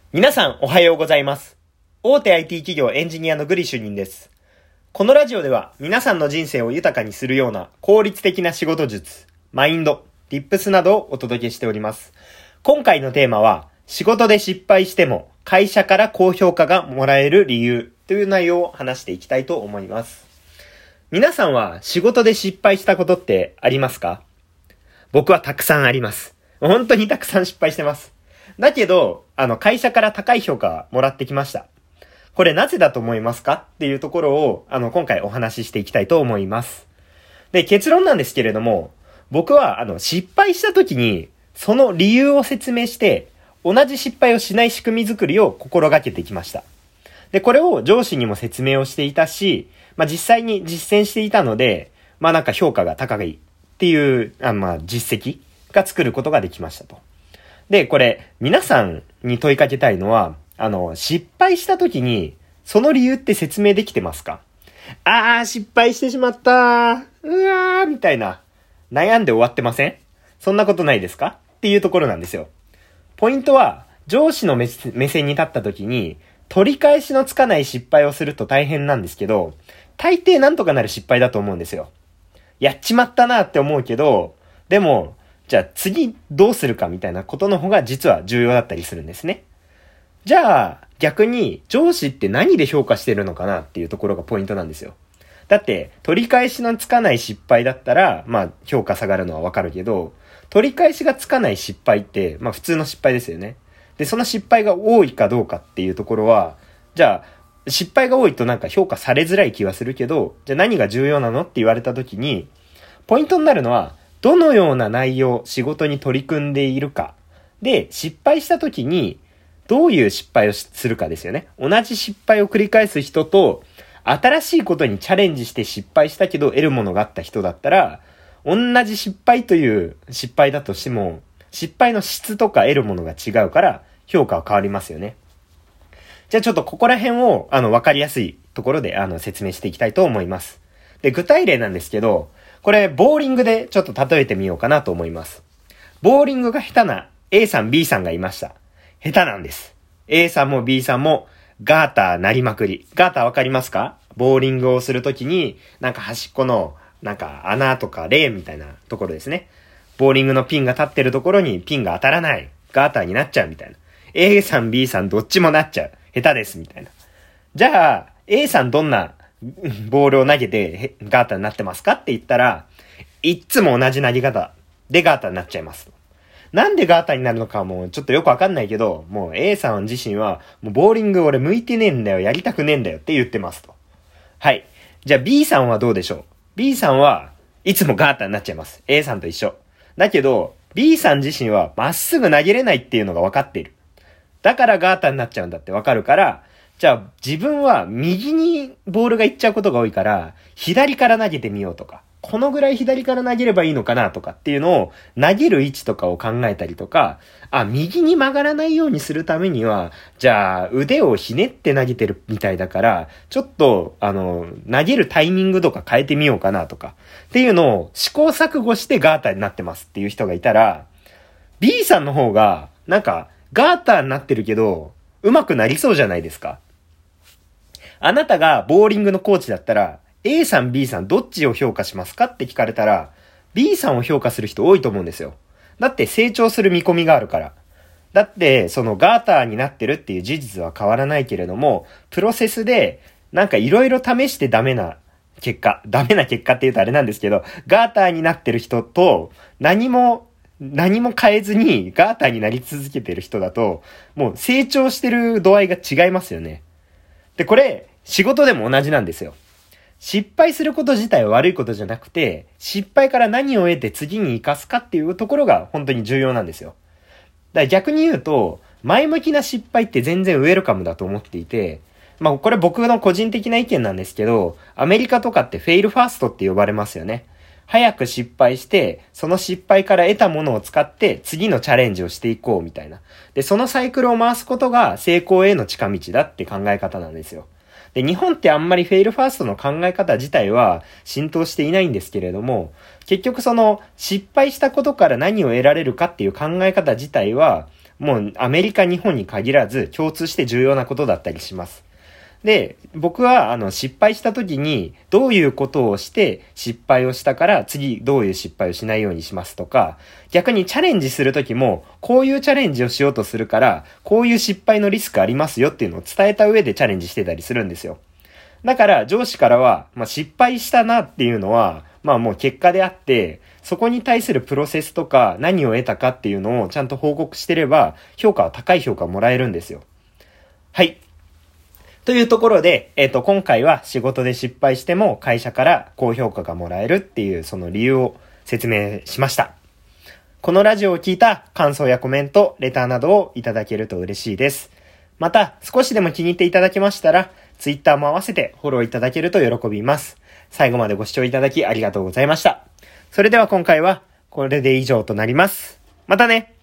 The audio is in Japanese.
皆さんおはようございます。大手 IT 企業エンジニアのグリ主任です。このラジオでは皆さんの人生を豊かにするような効率的な仕事術、マインド、Tips などをお届けしております。今回のテーマは、仕事で失敗しても会社から高評価がもらえる理由という内容を話していきたいと思います。皆さんは仕事で失敗したことってありますか？僕はたくさんあります。本当にたくさん失敗してます。だけど、会社から高い評価もらってきました。これなぜだと思いますかっていうところを、今回お話ししていきたいと思います。で、結論なんですけれども、僕は、失敗した時に、その理由を説明して、同じ失敗をしない仕組み作りを心がけてきました。で、これを上司にも説明をしていたし、実際に実践していたので、評価が高いっていう、実績が作ることができましたと。で、これ、皆さんに問いかけたいのは、失敗した時に、その理由って説明できてますか？失敗してしまったー。みたいな。悩んで終わってません？そんなことないですか？っていうところなんですよ。ポイントは、上司の目線に立った時に、取り返しのつかない失敗をすると大変なんですけど、大抵なんとかなる失敗だと思うんですよ。やっちまったなって思うけど、でも、じゃあ次どうするかみたいなことの方が実は重要だったりするんですね。じゃあ逆に上司って何で評価してるのかなっていうところがポイントなんですよ。だって取り返しのつかない失敗だったら評価下がるのはわかるけど、取り返しがつかない失敗って普通の失敗ですよね。で、その失敗が多いかどうかっていうところは、じゃあ失敗が多いと評価されづらい気はするけど、じゃあ何が重要なのって言われた時に、ポイントになるのはどのような内容、仕事に取り組んでいるか。で、失敗した時に、どういう失敗をするかですよね。同じ失敗を繰り返す人と、新しいことにチャレンジして失敗したけど得るものがあった人だったら、同じ失敗という失敗だとしても、失敗の質とか得るものが違うから、評価は変わりますよね。じゃあちょっとここら辺を、わかりやすいところで、説明していきたいと思います。で、具体例なんですけど、これ、ボーリングでちょっと例えてみようかなと思います。ボーリングが下手な A さん B さんがいました。下手なんです。A さんも B さんもガーターなりまくり。ガーターわかりますか？ボーリングをするときに、端っこの、穴とかレーンみたいなところですね。ボーリングのピンが立ってるところにピンが当たらない。ガーターになっちゃうみたいな。A さん B さんどっちもなっちゃう。下手ですみたいな。じゃあ、A さんどんなボールを投げてガーターになってますかって言ったら、いつも同じ投げ方でガーターになっちゃいます。なんでガーターになるのかもうちょっとよくわかんないけど、もう A さん自身は、もうボーリング俺向いてねえんだよ、やりたくねえんだよって言ってますと。はい。じゃあ B さんはどうでしょう？ B さんはいつもガーターになっちゃいます。A さんと一緒。だけど、B さん自身はまっすぐ投げれないっていうのがわかっている。だからガーターになっちゃうんだってわかるから、じゃあ自分は右にボールが行っちゃうことが多いから、左から投げてみようとか、このぐらい左から投げればいいのかなとかっていうのを投げる位置とかを考えたりとか、右に曲がらないようにするためには、じゃあ腕をひねって投げてるみたいだから、ちょっと投げるタイミングとか変えてみようかなとか、っていうのを試行錯誤してガーターになってますっていう人がいたら、B さんの方がガーターになってるけど、上手くなりそうじゃないですか。あなたがボーリングのコーチだったら、A さん B さんどっちを評価しますかって聞かれたら、B さんを評価する人多いと思うんですよ。だって成長する見込みがあるから。だってそのガーターになってるっていう事実は変わらないけれども、プロセスでいろいろ試してダメな結果って言うとあれなんですけど、ガーターになってる人と何も変えずにガーターになり続けてる人だと、もう成長してる度合いが違いますよね。で、これ、仕事でも同じなんですよ。失敗すること自体は悪いことじゃなくて、失敗から何を得て次に生かすかっていうところが本当に重要なんですよ。だから逆に言うと、前向きな失敗って全然ウェルカムだと思っていて、これ僕の個人的な意見なんですけど、アメリカとかってフェイルファーストって呼ばれますよね。早く失敗して、その失敗から得たものを使って次のチャレンジをしていこうみたいな。で、そのサイクルを回すことが成功への近道だって考え方なんですよ。で、日本ってあんまりフェイルファーストの考え方自体は浸透していないんですけれども、結局その失敗したことから何を得られるかっていう考え方自体は、 もうアメリカ、日本に限らず共通して重要なことだったりします。で、僕は失敗した時にどういうことをして失敗をしたから次どういう失敗をしないようにしますとか、逆にチャレンジする時もこういうチャレンジをしようとするからこういう失敗のリスクありますよっていうのを伝えた上でチャレンジしてたりするんですよ。だから上司からは、失敗したなっていうのはもう結果であって、そこに対するプロセスとか何を得たかっていうのをちゃんと報告してれば高い評価をもらえるんですよ。はい。というところで、今回は仕事で失敗しても会社から高評価がもらえるっていうその理由を説明しました。このラジオを聞いた感想やコメント、レターなどをいただけると嬉しいです。また、少しでも気に入っていただけましたら、Twitter も合わせてフォローいただけると喜びます。最後までご視聴いただきありがとうございました。それでは今回はこれで以上となります。またね。